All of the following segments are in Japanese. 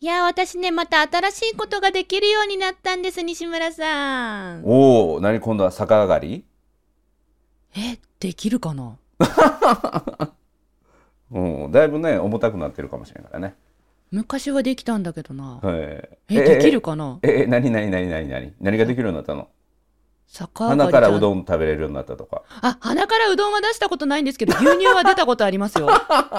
いや、私ね、また新しいことができるようになったんです、西村さん。 おお、何今度は逆上がり？ できるかな？ うん、だいぶね、重たくなってるかもしれないからね。 昔はできたんだけどな。 はい。 できるかな？ 何ができるようになったの？ 逆上がりじゃん。 鼻からうどん食べれるようになったとか。 鼻からうどんは出したことないんですけど、牛乳は出たことありますよ。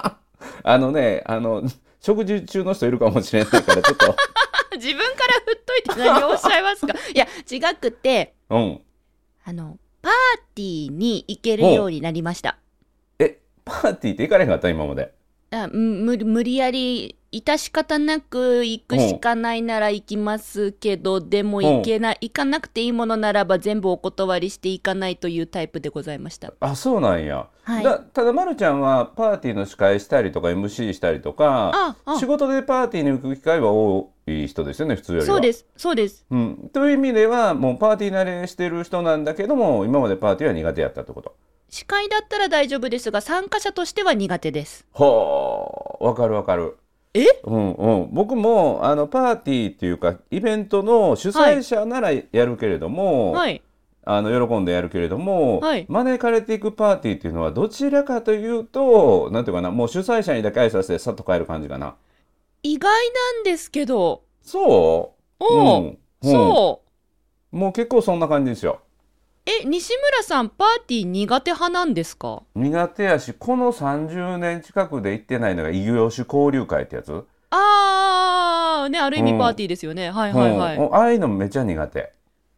食事中の人いるかもしれないから、ちょっと。 自分から振っといて何をおっしゃいますか？いや、違くて、 うん。 パーティーに行けるようになりました。 パーティーって行かれへんかった今まで？ 無理やり致し方なく行くしかないなら行きますけど、でも行かなくていいものならば全部お断りしていかないというタイプでございました。 あ、そうなんや。 はい。 ただ、まるちゃんはパーティーの司会したりとか MC したりとか、仕事でパーティーに行く機会は多い人ですよね、普通よりは。 そうです、そうです。 うん。という意味では、もうパーティー慣れしてる人なんだけども、今までパーティーは苦手やったってこと。 司会だったら大丈夫ですが、参加者としては苦手です。 はあ、わかるわかる。うんうん。僕も、パーティーっていうか、イベントの主催者ならやるけれども、 はい。 喜んでやるけれども、 はい。 招かれていくパーティーっていうのはどちらかというと、なんていうかな、もう主催者にだけ挨拶でさっと帰る感じかな。 意外なんですけど。 そううおう、 ん。うん。 そう。 もう結構そんな感じですよ。 西村さん、パーティー苦手派なんですか？ 苦手やし、この30年近くで行ってないのが異業種交流会ってやつ。 ね、ある意味パーうん。 ティーですよね。はいうはいはい。 ん。ああいうのめっちゃ苦手。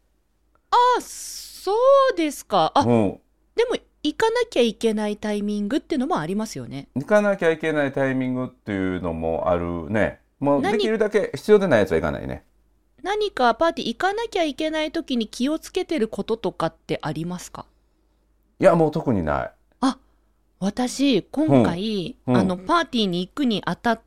そうですか。 うん。 でも、行かなきゃいけないタイミングってのもありますよね。 行かなきゃいけないタイミングっていうのもあるね。もうでき何、 るだけ必要でないやつは行かないね。 何かパーティー行かなきゃいけない時に気をつけてることとかってありますか？ いや、もう特にない。 あ、私、今うん。 回、 うん。 パーティーに行くにあたって、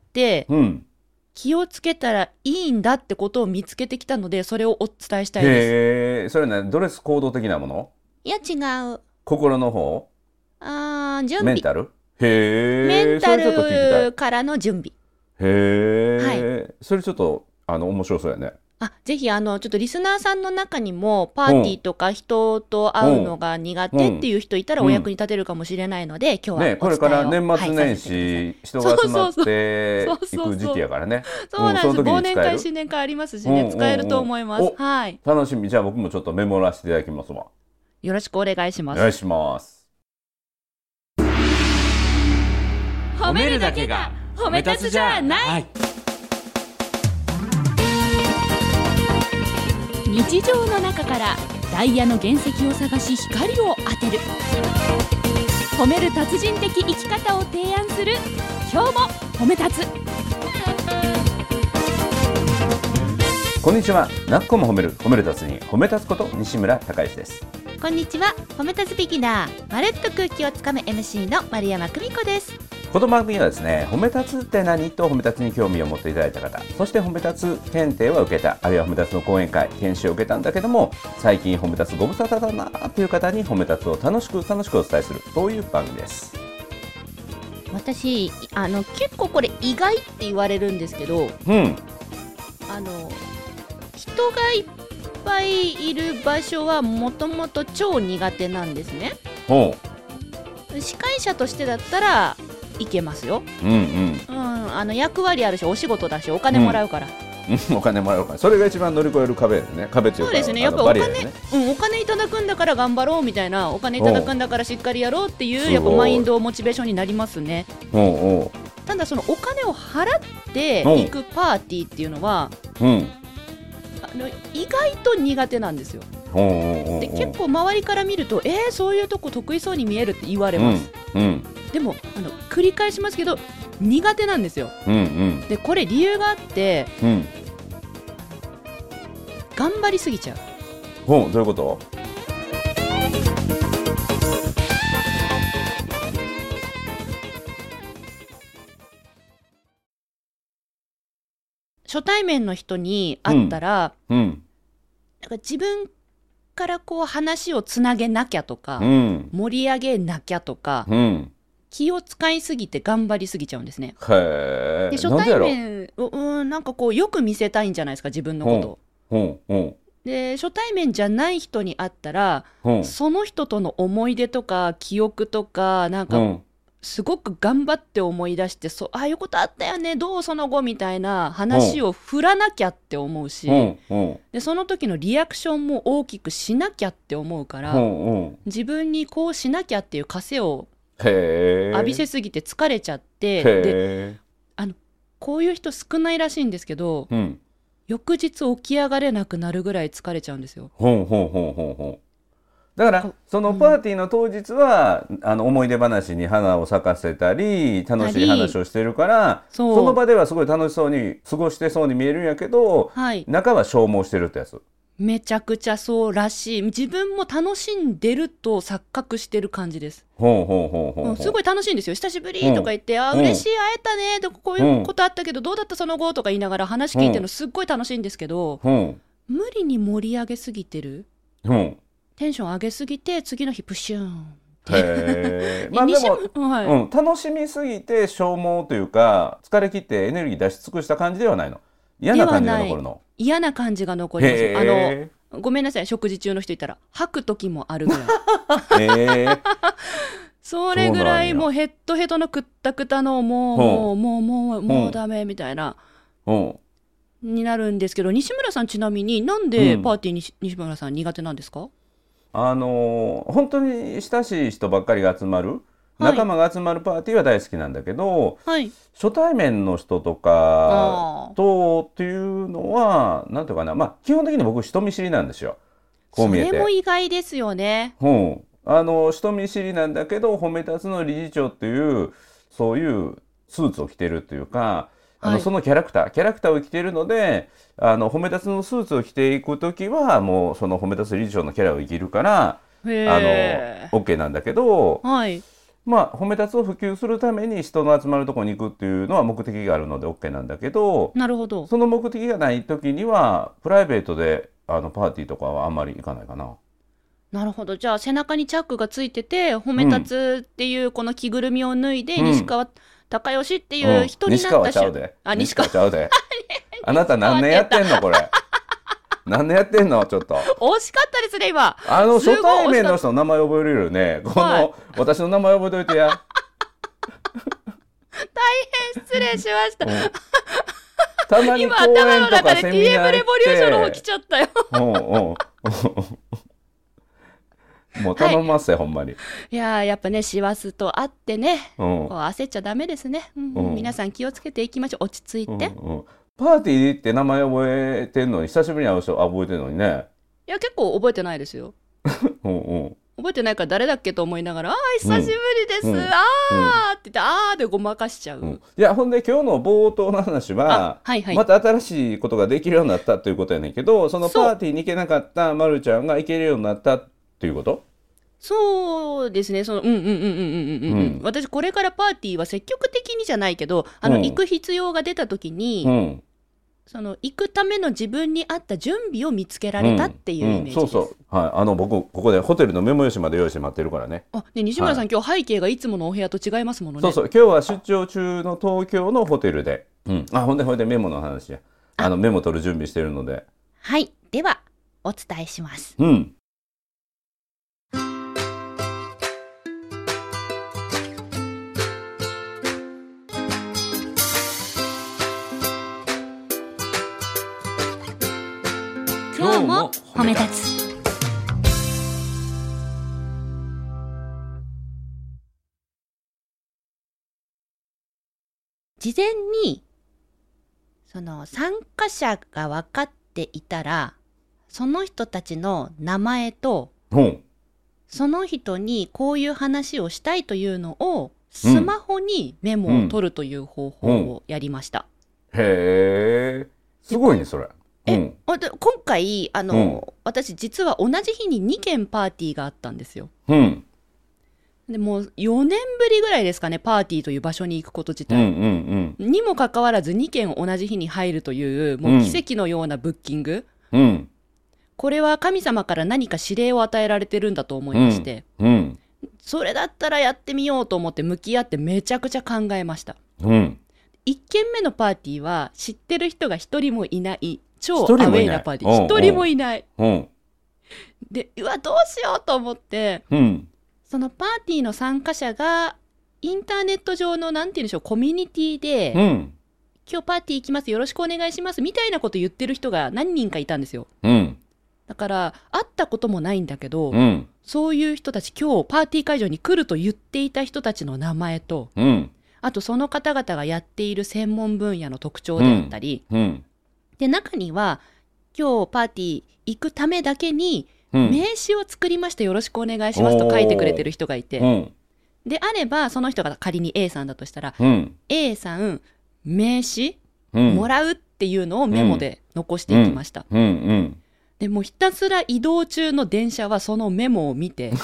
うん。 気をつけたらいいんだってことを見つけてきたので、それをお伝えしたいです。 へえ、それね、ドレスコード的なもの？ いや、違う。 心の方？ 準備。 メンタル？ メンへえ、そタれちょっと聞きたい。 ルからの準備。はい。 へえ、それちょっと、面白そうやね。 ぜひ、ちょっとリスナーさんの中にも、パーティーうん。 とか人と会うのうん。 が苦手ってうん。 いう人いたらお役にうん。 立てるかもしれないので、今日はね、 おこれから伝えを、 年はい、させ末年てください。 始、人そうが集まっそうそう。そてういく時そうそう。 期やからね。うん、 そうなんです。 その時忘年会、 に使える？ 新年会ありますしね、 うんう使えるとんうん。 思います。 お、 はい。 楽しみ。じゃあ僕もちょっとメモらせていただきますわ。 よろしくお願いします。 お願いします。 褒めるだけが褒め立つじゃない。日常の中からダイヤの原石を探し光を当てる。褒める達人的生き方を提案する。今日も褒め立つ。 こんにちは。なっこも褒める達人、褒め立つこと西村孝之です。 こんにちは。褒め立つビギナー、まるっと空気をつかむ MC の丸山久美子です。 この番組はですね、褒め立つって何と褒め立つに興味を持っていただいた方、そして褒め立つ検定は受けた、あるいは褒め立つの講演会、研修を受けたんだけども、最近褒め立つご無沙汰だなという方に褒め立つを楽しくお伝えする、そういう番組です。 私、結構これ意外って言われるんですけど、 うん。 人がいっぱいいる場所はもともと超苦手なんですね。 ほ司会者としてだったらいけますよ。 う。うんうん。 役割あるし、お仕事だし、お金もらうから。 お金もらうから、それが一番乗り越える壁ですね。壁というか、 そうですね。やっぱお金、 バリアですね。 お金いただくんだから頑張ろうみたいな、お金いただくんだからしっかりやろうっていう、 すごいやっぱマインド、モチベーションになりますね。 おうただそのお金を払って行くパーティーっていうのは、 おう。うん。 意外と苦手なんですよ。で、結構周りから見ると、そういうとこ得意そうに見えるって言われます。 うんでも繰り返しますけど苦手なんですよ。 うんで、これ理由があって、 うん。 頑張りすぎちゃう。 ほう、どういうこと？ 初対面の人に会ったら、 うんなんか自分からこう話をつなげなきゃとか、 うん盛り上げなきゃとか、 うん気を使いすぎて頑張りすぎちゃうんですね。 へえ。 で初対面をなんかこうよく見せたいんじゃないですか、自分のことを。で初対面じゃない人に会ったら、その人との思い出とか記憶とかなんかすごく頑張って思い出して、ああいうことあったよね、どうその後みたいな話を振らなきゃって思うし、でその時のリアクションも大きくしなきゃって思うから、自分にこうしなきゃっていう枷を浴びせすぎて疲れちゃって、でこういう人少ないらしいんですけど、翌日起き上がれなくなるぐらい疲れちゃうんですよ。 だからそのパーティーの当日は、思い出話に花を咲かせたり楽しい話をしてるから、その場ではすごい楽しそうに過ごしてそうに見えるんやけど、中は消耗してるってやつ。 めちゃくちゃそうらしい。自分も楽しんでると錯覚してる感じです。すごい楽しいんですよ。久しぶりとか言って、嬉しい、会えたねとか、こういうことあったけど、どうだったその後とか言いながら話聞いてるのすっごい楽しいんですけど、無理に盛り上げすぎてる、テンション上げすぎて次の日プシューンってまあでも、楽しみすぎて消耗というか疲れ切ってエネルギー出し尽くした感じではないの？嫌な感じが残るの？嫌な感じが残ります。 ごめんなさい、食事中の人いたら吐く時もあるぐらいそれぐらいもうヘッドヘッドのくったくたのもうダメみたいなになるんですけど、西村さんちなみになんでパーティーに西村さん苦手なんですか？ 本当に親しい人ばっかりが集まる、仲間が集まるパーティーは大好きなんだけど、初対面の人とかとっていうのはなんていうかな、基本的に僕人見知りなんですよ。こう見えてそれも意外ですよね。 人見知りなんだけど褒め立つの理事長っていうそういうスーツを着てるっていうか、そのキャラクターを着てるので、褒め立つのスーツを着ていくときはもうその褒め立つ理事長のキャラを生きるからOK なんだけど、褒め立つを普及するために人の集まるところに行くっていうのは目的があるので OK なんだけど、 なるほど。 その目的がないときにはプライベートでパーティーとかはあんまり行かないかな。 なるほど。じゃあ背中にチャックがついてて褒め立つっていうこの着ぐるみを脱いで、西川高義っていう人になった西川ちゃうで。西川ちゃうで。あなた何年やってんのこれ。何年やってんのちょっと。 惜しかったですね今。 初対面の人の名前覚えれるよね。私の名前覚えといてや。 大変失礼しました。 たまに今頭の中で TM レボリューションの方来ちゃったよ。 もう頼ますよ、ほんまに。 いややっぱね師走と会ってね、こう焦っちゃダメですね。皆さん気をつけていきましょう。落ち着いて。 パーティーって名前覚えてんのに久しぶりに会う人覚えてんのにね。 いや結構覚えてないですよ。覚えてないから誰だっけと思いながら久しぶりです、って言ってでごまかしちゃう。 いやほんで今日の冒頭の話は、また新しいことができるようになったということやねんけど、そのパーティーに行けなかったまるちゃんが行けるようになったっていうこと？ そうですね。私これからパーティーは積極的にじゃないけど行く必要が出た時に、その行くための自分に合った準備を見つけられたっていうイメージです。 僕ここでホテルのメモ用紙まで用意して待ってるからね。 西村さん、今日背景がいつものお部屋と違いますものね。 今日は出張中の東京のホテルで、ほんでメモの話や。メモ取る準備してるので。 はい、ではお伝えします。今日も褒め立つ。事前にその参加者が分かっていたら、その人たちの名前と、その人にこういう話をしたいというのをスマホにメモを取るという方法をやりました。 へー、すごいねそれ。 今回私実は同じ日に2件パーティーがあったんですよ。でもう4年ぶりぐらいですかね、パーティーという場所に行くこと自体、にもかかわらず2件同じ日に入るというもう奇跡のようなブッキング、これは神様から何か指令を与えられてるんだと思いまして、 それだったらやってみようと思って向き合ってめちゃくちゃ考えました。 うん。 1軒目のパーティーは知ってる人が一人もいない超アウ一人もいないェイなパーティー、一人もいない。 うん。 で、うわ、どうしようと思って、 うん。 そのパーティーの参加者がインターネット上のなんて言うんでしょう、コミュニティで、 うん。 今日パーティー行きますよろしくお願いしますみたいなこと言ってる人が何人かいたんですよ。 うん。 だから会ったこともないんだけど、 うん。 そういう人たち、今日パーティー会場に来ると言っていた人たちの名前と、 うん。 あとその方々がやっている専門分野の特徴であったり、 うん。 で中には今日パーティー行くためだけにうん。 名刺を作りましてよろしくお願いしますと書いてくれてる人がいて、 うん。 であればその人が仮に A さんだとしたら、 うん。 A さん名刺うん。 もらうっていうのをメモで残していきました。 うん。うん。 でもうひたすら移動中の電車はそのメモを見て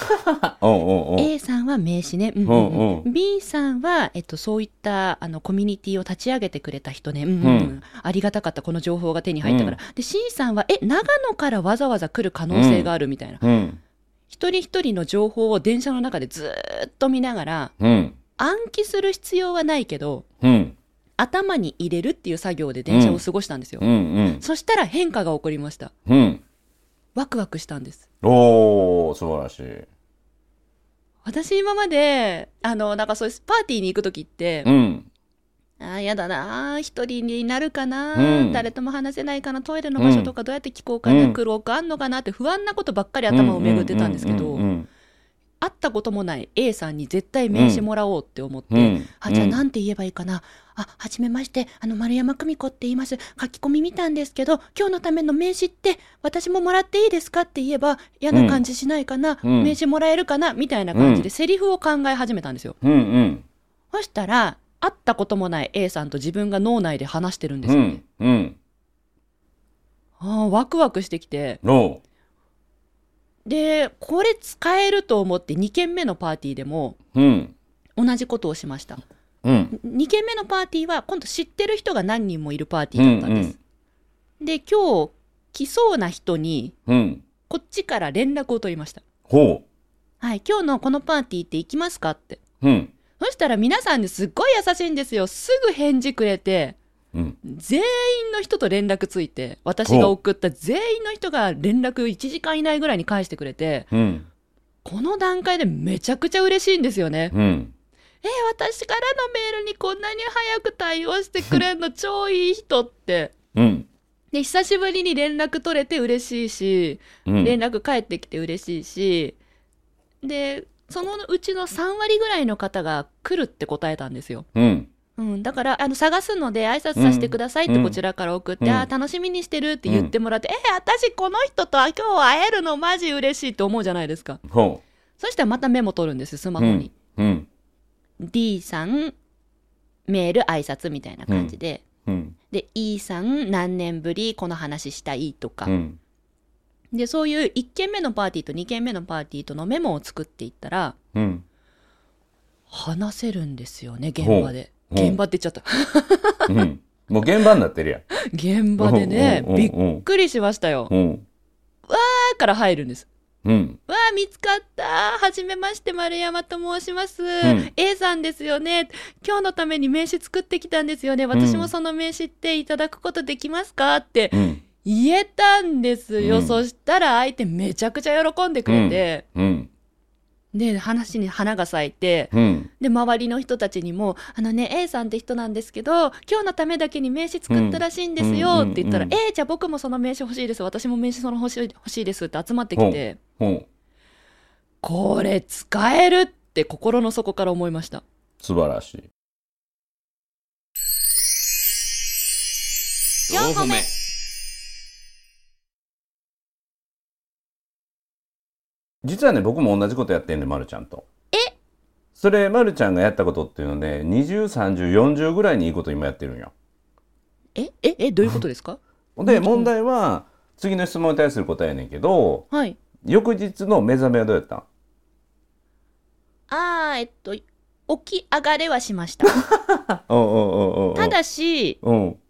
A さんは名刺ね、B さんは、そういったコミュニティを立ち上げてくれた人ね、ありがたかった、この情報が手に入ったから、で C さんは長野からわざわざ来る可能性があるみたいな、一人一人の情報を電車の中でずっと見ながら、暗記する必要はないけど、頭に入れるっていう作業で電車を過ごしたんですよ。そしたら変化が起こりました。ワクワクしたんです。 おー、素晴らしい。 私今までなんかそういうパーティーに行く時って、やだな、一人になるかな、誰とも話せないかな、トイレの場所とかどうやって聞こうかな、苦労があんのかなって不安なことばっかり頭を巡ってたんですけど、会ったこともない A さんに絶対名刺もらおうって思って、じゃあなんて言えばいいかな、はじめまして、丸山久美子って言います。書き込み見たんですけど、今日のための名刺って私ももらっていいですかって言えば嫌な感じしないかな、名刺もらえるかなみたいな感じでセリフを考え始めたんですよ。そしたら会ったこともない A さんと自分が脳内で話してるんですよね。ワクワクしてきて、でこれ使えると思って2軒目のパーティーでも同じことをしました。2軒目のパーティーは今度知ってる人が何人もいるパーティーだったんです。で今日来そうな人にこっちから連絡を取りました。はい、今日のこのパーティーって行きますかって。そしたら皆さんですっごい優しいんですよ。すぐ返事くれて、全員の人と連絡ついて、私が送った全員の人が連絡1時間以内ぐらいに返してくれて、この段階でめちゃくちゃ嬉しいんですよね。私からのメールにこんなに早く対応してくれんの超いい人って、で久しぶりに連絡取れて嬉しいし、連絡返ってきて嬉しいし、でそのうちの3割ぐらいの方が来るって答えたんですよ。だから探すので挨拶させてくださいってこちらから送って、楽しみにしてるって言ってもらって、私この人と今日会えるのマジ嬉しいって思うじゃないですか。そしたらまたメモ取るんですスマホに。D さんメール挨拶みたいな感じで、で E さん何年ぶりこの話したいとか、でそういう1軒目のパーティーと2軒目のパーティーとのメモを作っていったら、話せるんですよね現場で。現場って言っちゃったもう現場になってるやん。 現場でね、びっくりしましたよ。わーから入るんです。わー見つかった、はじめまして丸山と申します、A さんですよね、今日のために名刺作ってきたんですよね、私もその名刺っていただくことできますかって言えたんですよ。そしたら相手めちゃくちゃ喜んでくれて、で話に花が咲いて、で周りの人たちにもA さんって人なんですけど今日のためだけに名刺作ったらしいんですよって言ったら、じゃあ僕もその名刺欲しいです、私も名刺その欲しいですって集まってきて、これ使えるって心の底から思いました。 素晴らしい。 4個目。 実はね僕も同じことやってんねん、まるちゃんと。それまるちゃんがやったことっていうので20、30、40ぐらいにいいこと今やってるんよ。 どういうことですか？ で問題は次の質問に対する答えやねんけど、翌日の目覚めはどうやったん？ 起き上がれはしましたただし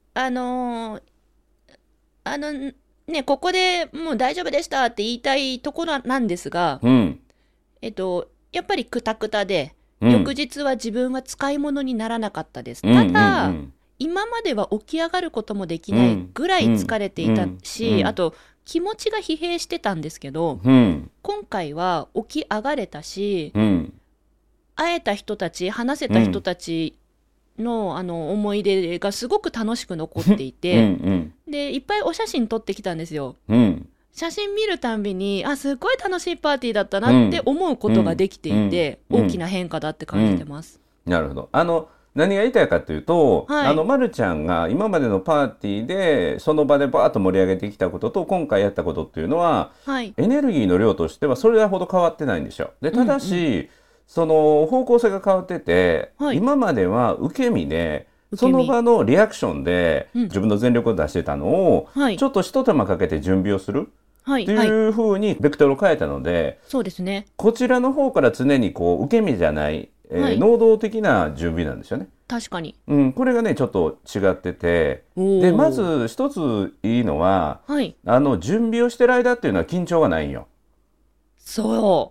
ね、ここでもう大丈夫でしたって言いたいところなんですが、 やっぱりクタクタで、 うん翌日は自分は使い物にならなかったです。 うんうんうんただ、今までは起き上がることもできないぐらい疲れていたし、あと気持ちが疲弊してたんですけど、 うん今回は起き上がれたし、 うん会えた人たち、話せた人たちの、思い出がすごく楽しく残っていうんて、で、いっぱいお写真撮ってきたんですよ。 うん写真見るたんびに、すごい楽しいパーティーだったなって思うことができていて、大きな変化だって感じてます。 なるほど。何が言いたいかというと、 はいまるちゃんが今までのパーティーでその場でバーッと盛り上げてきたことと今回やったことっていうのは、 はい。 エネルギーの量としてはそれほど変わってないんですよ。でただし、その方向性が変わってて、 はい今までは受け身で受け身その場のリアクションでうん自分の全力を出してたのを、 はいちょっと一手間かけて準備をするはい。 ってはい。 いう風にベクトルを変えたので、 そうですね。 こちらの方から常にこう受け身じゃない、 はい能動的な準備なんですよね。 確かに。 これがねちょっと違ってて、 おーでまず一ついいのははい。 準備をしてる間っていうのは緊張がないんよ。 そ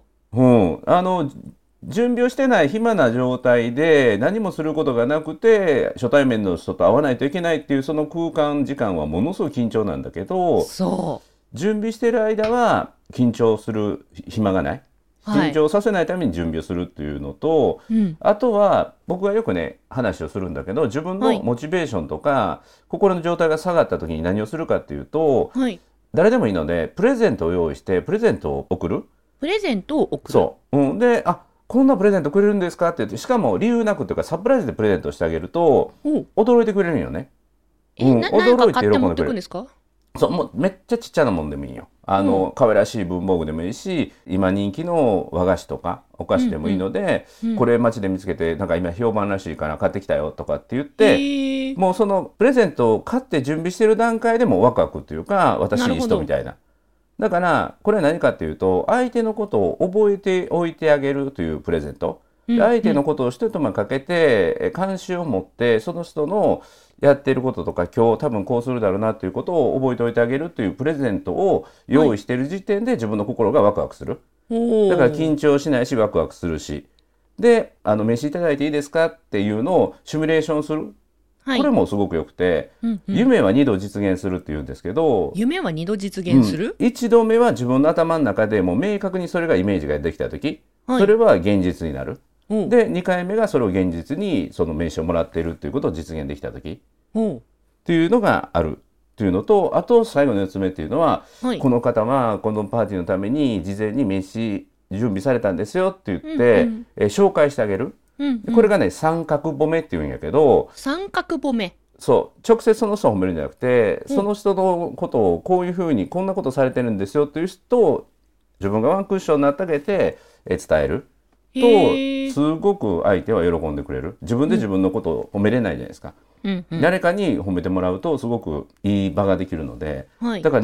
準備をしてない暇な状態で何もすることがなくて初対面の人と会わないといけないっていうその空間時間はものすごい緊張なんだけう。 ど、 そ準備してる間は緊張する暇がない。 はい緊張させないために準備をするっていうのと、 う。うん。 あとは僕がよくね話をするんだけど、自分はいのモチベーションとか、心の状態が下がった時に何をするかっていうと、 はい。 誰でもいいのでプレゼントを用意してプレゼントを送る。 プレゼントを送る。 そう、でこんなプレゼントくれるんですかって言って、しかも理由なくというかサプライズでプレゼントしてあげるとおう。 驚いてくれるんよね。 何か買って持喜んでくれる。 ってくんですか？ そう、もうめっちゃちっちゃなもんでもいいよ。可愛らしい文房具でもいいし、今人気の和菓子とかお菓子でもいいので、これ街で見つけてなんか今評判らしいから買ってきたよとかって言って、もうそのプレゼントを買って準備してる段階でもワクワクというか、私いい人みたいな。だからこれは何かっていうと、相手のことを覚えておいてあげるというプレゼント。で相手のことを一手間かけて関心を持って、その人のやっていることとか今日多分こうするだろうなということを覚えておいてあげるというプレゼントを用意している時点で自分の心がワクワクする。だから緊張しないしワクワクするし、で名刺いただいていいですかっていうのをシミュレーションする。 はい。 これもすごくよくて、夢は2度実現するっていうんですけど、 夢は2度実現する？ 1度目は自分の頭の中でもう明確にそれがイメージができた時、 はいそれは現実になる。 おう。 で2回目がそれを現実にその名刺をもらっているということを実現できた時っおう。 ていうのがあるというのと、あと最後の4つ目っていうのは、 はい。 この方はこのパーティーのために事前に名刺準備されたんですよって言って、紹介してあげる。これがね三角褒めっていうんやけど、 三角褒め。 そう直接その人を褒めるんじゃなくて、その人のことをこういうふうにこんなことされてるんですよという人を自分がワンクッションになってあげて伝えると、すごく相手は喜んでくれる。自分で自分のことを褒めれないじゃないですか。誰かに褒めてもらうとすごくいい場ができるので、 はい。 だから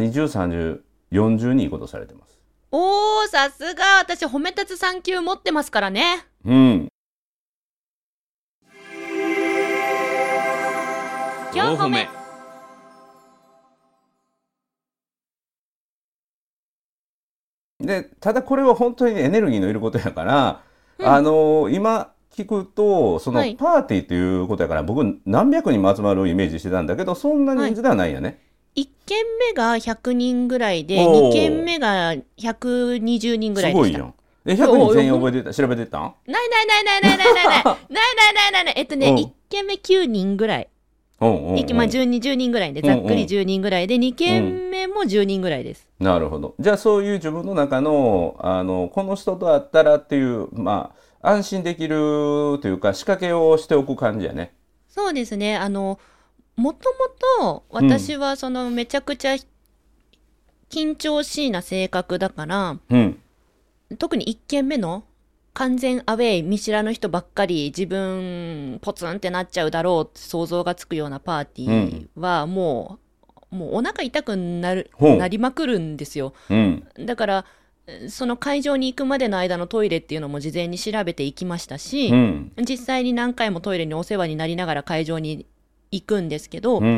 20、30、40にいいことされてます。 おー、さすが。私、褒め立つ3級持ってますからね。4褒め。 でただこれは本当にエネルギーのいることやから、今聞くとそのはいパーティーということやから、僕何百人も集まるイメージしてたんだけど、そんな人数ではないよね。 1軒目が100人ぐらいで、 おー 2軒目が120人ぐらいでした。 すごいよ。100人全員覚えてた、調べてたん？ ないないないないないないないないないないない。1軒目9人ぐらい。まあ10人ぐらいで、ざっくり10人ぐらいで、2軒目も10人ぐらいです。 なるほど。じゃあそういう自分の中の、この人と会ったらっていう、安心できるというか仕掛けをしておく感じやね。 そうですね。もともと私はめちゃくちゃ緊張しいな性格だから、特に1軒目の完全アウェイ見知らぬ人ばっかり自分ポツンってなっちゃうだろうって想像がつくようなパーティーはもうお腹痛くなりまくるんですよ。だからその会場に行くまでの間のトイレっていうのも事前に調べていきましたし、実際に何回もトイレにお世話になりながら会場に行くんですけど、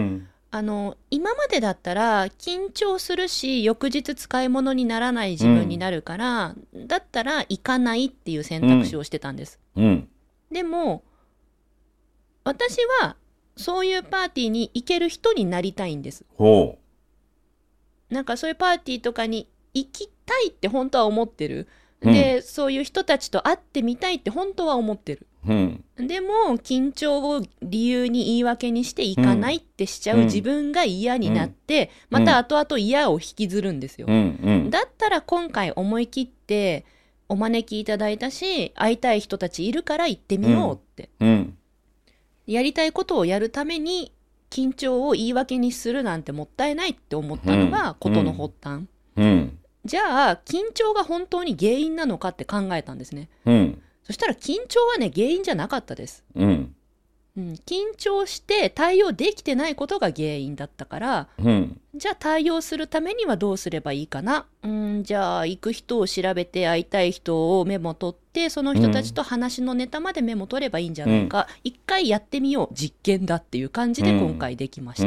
今までだったら緊張するし翌日使い物にならない自分になるから、だったら行かないっていう選択肢をしてたんです。 うんでも私はそういうパーティーに行ける人になりたいんです。 ほなんかそういうパーティーとかに行きたいって本当は思ってる。 うんで、そういう人たちと会ってみたいって本当は思ってる。 う。うんでも緊張を理由に言い訳にして行かないってしちゃう自分が嫌になって、また後々嫌を引きずるんですよ。 うんだったら今回思い切ってお招きいただいたし、会いたい人たちいるから行ってみようって。 うんやりたいことをやるために緊張を言い訳にするなんてもったいないって思ったのが事の発端。 うんじゃあ緊張が本当に原因なのかって考えたんですね。 うんそしたら緊張はね、原因じゃなかったです。 うん緊張して対応できてないことが原因だったから、 うんじゃあ対応するためにはどうすればいいかな。じゃあ行く人を調べて会いたい人をメモ取ってその人たちと話のネタまでメモ取ればいいんじゃないか。一回やってみよう。実験だっていう感じで今回できました。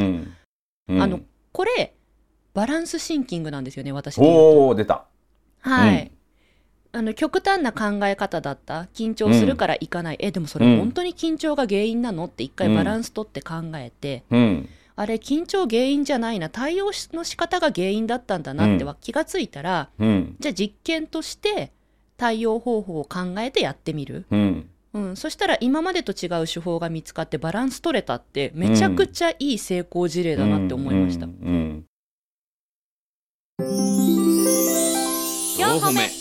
これバランスシンキングなんですよね、私で言うと。 おー出た。 はい。極端な考え方だった。緊張するから行かない。でもそれ本当に緊張が原因なのって一回バランス取って考えて、あれ緊張原因じゃないな、対応の仕方が原因だったんだなっては気がついたら、じゃあ実験として対応方法を考えてやってみる。そしたら今までと違う手法が見つかってバランス取れたってめちゃくちゃいい成功事例だなって思いました。4歩目。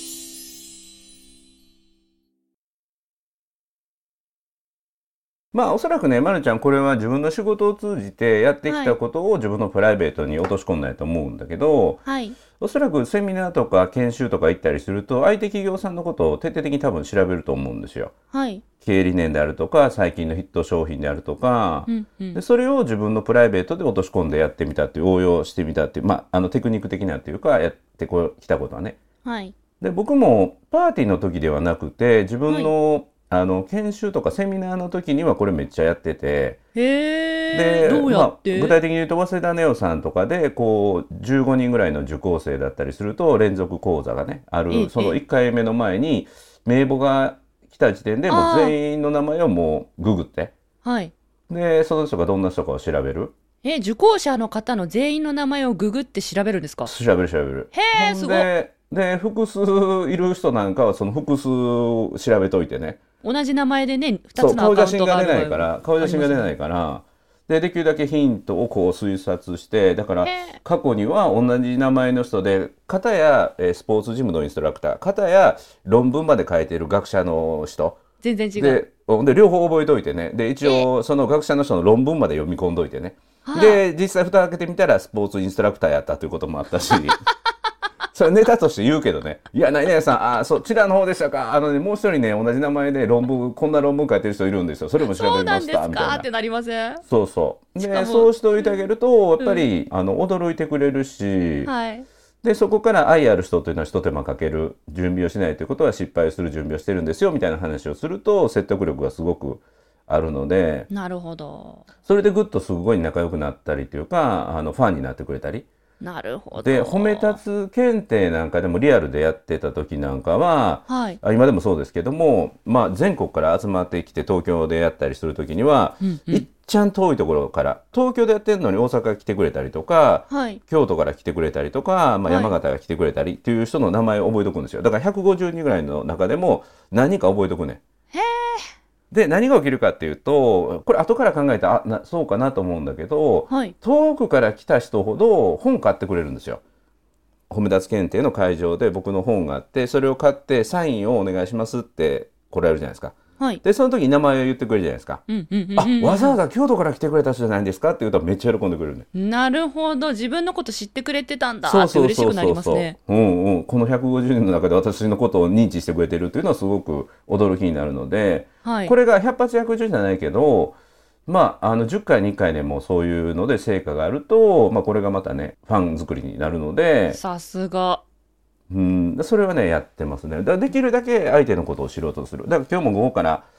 まあおそらくね、まるちゃんこれは自分の仕事を通じてやってきたことを自分のプライベートに落とし込んだと思うんだけど、 はい、 おそらくセミナーとか研修とか行ったりすると相手企業さんのことを徹底的に多分調べると思うんですよ。 はい、 経営理念であるとか最近のヒット商品であるとか、でそれを自分のプライベートで落とし込んでやってみたっていう応用してみたっていう、テクニック的なっていうかやってきたことはね。 はい、 で僕もパーティーの時ではなくて自分の、研修とかセミナーの時にはこれめっちゃやってて、 でどうやって、 具体的に言うと早稲田ネオさんとかでこう15人ぐらいの受講生だったりすると連続講座がねある、その1回目の前に名簿が来た時点でもう全員の名前をもうググって、でその人がどんな人かを調べる。 受講者の方の全員の名前をググって調べるんですか？ 調べる。 へー、すごい。 で複数いる人なんかはその複数調べといてね。 同じ名前でね、2つのアカウントがある顔写真が出ないからできるだけヒントをこう推察して、だから過去には同じ名前の人で片やスポーツジムのインストラクター、片や論文まで書いている学者の人全然違うで両方覚えといてね。で一応その学者の人の論文まで読み込んどいてね。で実際蓋開けてみたらスポーツインストラクターやったということもあったしそれネタとして言うけどね、いや何々さんそちらの方でしたか、もう一人ね同じ名前でこんな論文書いてる人いるんですよ、それも調べましたみたいなってなりません？ そうでそうしておいてあげるとやっぱり、驚いてくれるし、でそこから愛ある人というのは一手間かける準備をしないということは失敗する準備をしてるんですよみたいな話をすると説得力がすごくあるので、 なるほど。 それでぐっとすごい仲良くなったりというかファンになってくれたり。 なるほど。 で褒め立つ検定なんかでもリアルでやってた時なんかは、今でもそうですけども、全国から集まってきて東京でやったりする時には、いっちゃん遠いところから東京でやってるのに大阪来てくれたりとか、京都から来てくれたりとか、山形が来てくれたりっていう人の名前を覚えとくんですよ。だから150人ぐらいの中でも何人か覚えとくね。 へー。 で何が起きるかっていうと、これ後から考えてそうかなと思うんだけど、遠くから来た人ほど本買ってくれるんですよ。褒め立つ検定の会場で僕の本があって、それを買ってサインをお願いしますって来られるじゃないですか。でその時に名前を言ってくれるじゃないですか。わざわざ京都から来てくれた人じゃないんですかって言うとめっちゃ喜んでくれるね。 なるほど、自分のこと知ってくれてたんだって嬉しくなりますね。 この150人の中で私のことを認知してくれてるっていうのはすごく驚きになるので、これが百発百中じゃないけど、10回に1回でもそういうので成果があると、これがまたねファン作りになるので、 さすが。 それはねやってますね。だからできるだけ相手のことを知ろうとする。だから今日も午後から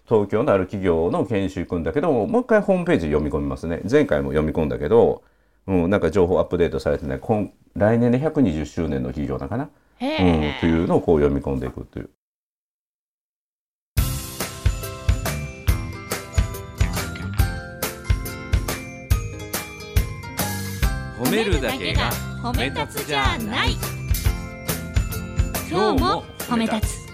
東京のある企業の研修行くんだけどもう一回ホームページ読み込みますね。前回も読み込んだけど、なんか情報アップデートされてない来年で120周年の企業だかな、というのをこう読み込んでいくという。 褒めるだけが褒め立つじゃない。今日も褒め立つ。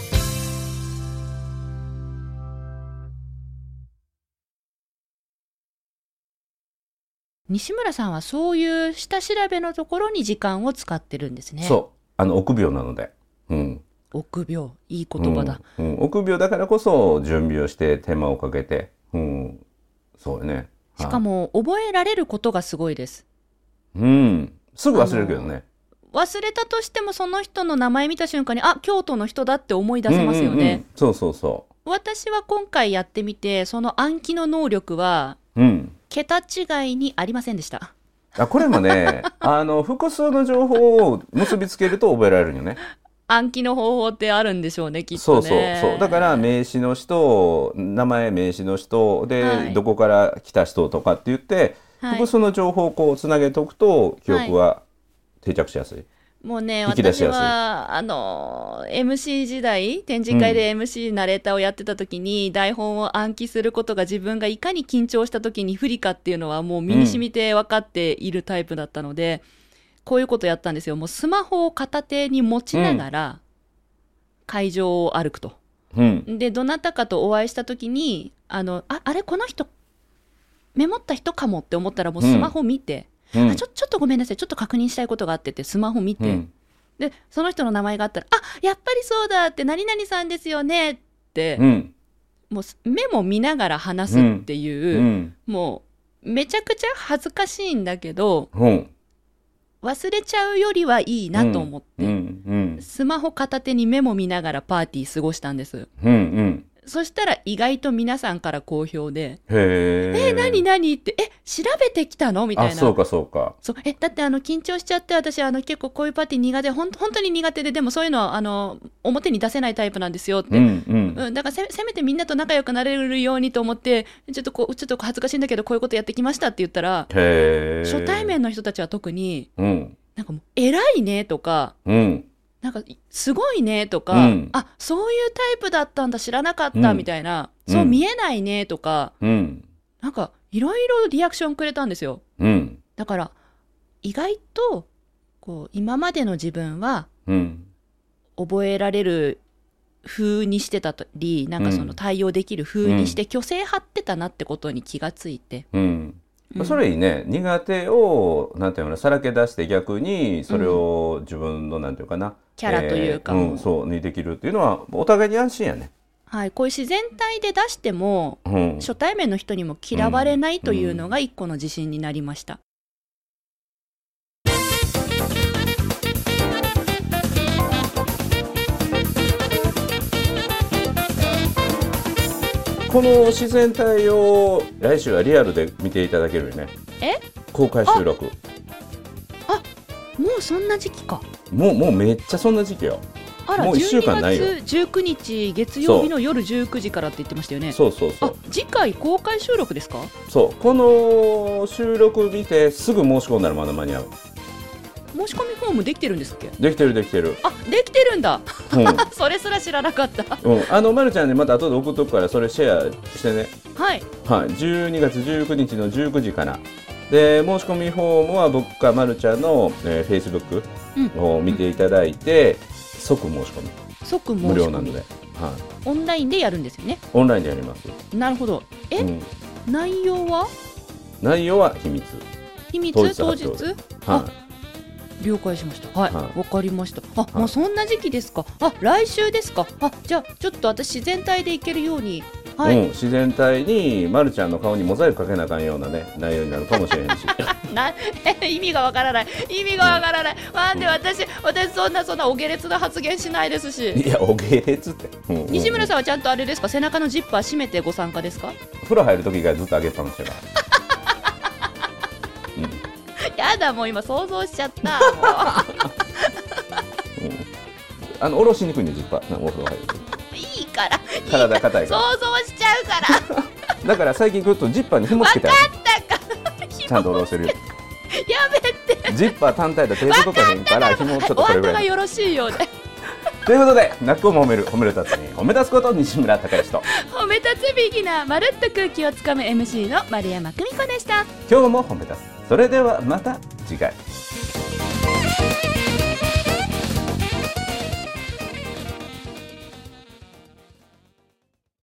西村さんはそういう下調べのところに時間を使ってるんですね。 そう臆病なので、 臆病、いい言葉だ、 臆病だからこそ準備をして手間をかけて、そうよね。 しかも覚えられることがすごいです。 すぐ忘れるけどね。 忘れたとしてもその人の名前見た瞬間に京都の人だって思い出せますよね。 そう私は今回やってみてその暗記の能力は、桁違いにありませんでした。 これもね複数の情報を結びつけると覚えられるよね。 暗記の方法ってあるんでしょうね、きっとね。 そうだから名詞の人、名前名詞の人で、どこから来た人とかって言って、複数の情報をこうつなげておくと記憶は定着しやすい。 もうね、私はMC 時代、展示会で MC ナレーターをやってた時に、台本を暗記することが自分がいかに緊張した時に不利かっていうのはもう身に染みて分かっているタイプだったので、こういうことやったんですよ。もうスマホを片手に持ちながら会場を歩くと、でどなたかとお会いした時にあれこの人メモった人かもって思ったらもうスマホ見て、ちょっとごめんなさい、ちょっと確認したいことがあってってスマホ見て、でその人の名前があったらやっぱりそうだって何々さんですよねって、もうメモ見ながら話すっていう、もうめちゃくちゃ恥ずかしいんだけど、忘れちゃうよりはいいなと思って、スマホ片手にメモ見ながらパーティー過ごしたんです。そしたら意外と皆さんから好評で、何って調べてきたのみたいな。 そうかだって緊張しちゃって私結構こういうパーティー苦手、本当に苦手で、でもそういうのは表に出せないタイプなんですよって、だからせめてみんなと仲良くなれるようにと思ってちょっと恥ずかしいんだけどこういうことやってきましたって言ったら、初対面の人たちは特に、なんかもう偉いねとか、なんかすごいねとか、そういうタイプだったんだ知らなかったみたいな、そう見えないねとか、なんかいろいろリアクションくれたんですよ。だから意外とこう今までの自分は覚えられる風にしてたり、なんかその対応できる風にして虚勢張ってたなってことに気がついて、 それいいね。苦手をなんていうのさらけ出して逆にそれを自分のなんていうかな、 キャラというか、 にできるっていうのはお互いに安心やね。 こういう自然体で出しても、初対面の人にも嫌われないというのが一個の自信になりました。 この自然体を来週はリアルで見ていただけるよね。公開収録。 もうそんな時期か。 もうめっちゃそんな時期よ。もう1週間ないよ。 12月19日月曜日の夜19時からって言ってましたよね。 そう次回公開収録ですか？ この収録見てすぐ申し込んだらまだ間に合う。 申し込みフォームできてるんですっけ？ できてる。 できてるんだ、それすら知らなかった。 まるちゃんにまた後で送っとくからそれシェアしてね。12月19日の19時からで、申し込みフォームは僕かまるちゃんの、Facebook を見ていただいて、即申し込み無料なので、 オンラインでやるんですよね。 オンラインでやります。 なるほど。内容は秘密当日、了解しました。わかりました。もうそんな時期ですか。来週ですか。じゃあちょっと私自然体でいけるように、 自然体にまるちゃんの顔にモザイクかけなあかんようなね内容になるかもしれへんし意味がわからないなんで私そんなお下劣な発言しないですし。 いやお下劣って、 西村さんはちゃんとあれですか、背中のジッパー閉めてご参加ですか？ 風呂入る時以外ずっと上げっぱなしだからやだ、もう今想像しちゃった下ろしにくいんでジッパーお風呂入る時。 いいから体硬いから想像しちゃうからだから最近ちょっとジッパーに紐つけてある。 分かったかちゃんと下ろせるよ。 やめてジッパー単体で手届かへんから紐ちょっとこれぐらいお後がよろしいようでということで、泣く子も褒める、褒める達に褒め立つこと西村孝之と、 褒め立つビギナーまるっと空気をつかむ MC の丸山久美子でした。 今日も褒め立つ。それではまた次回。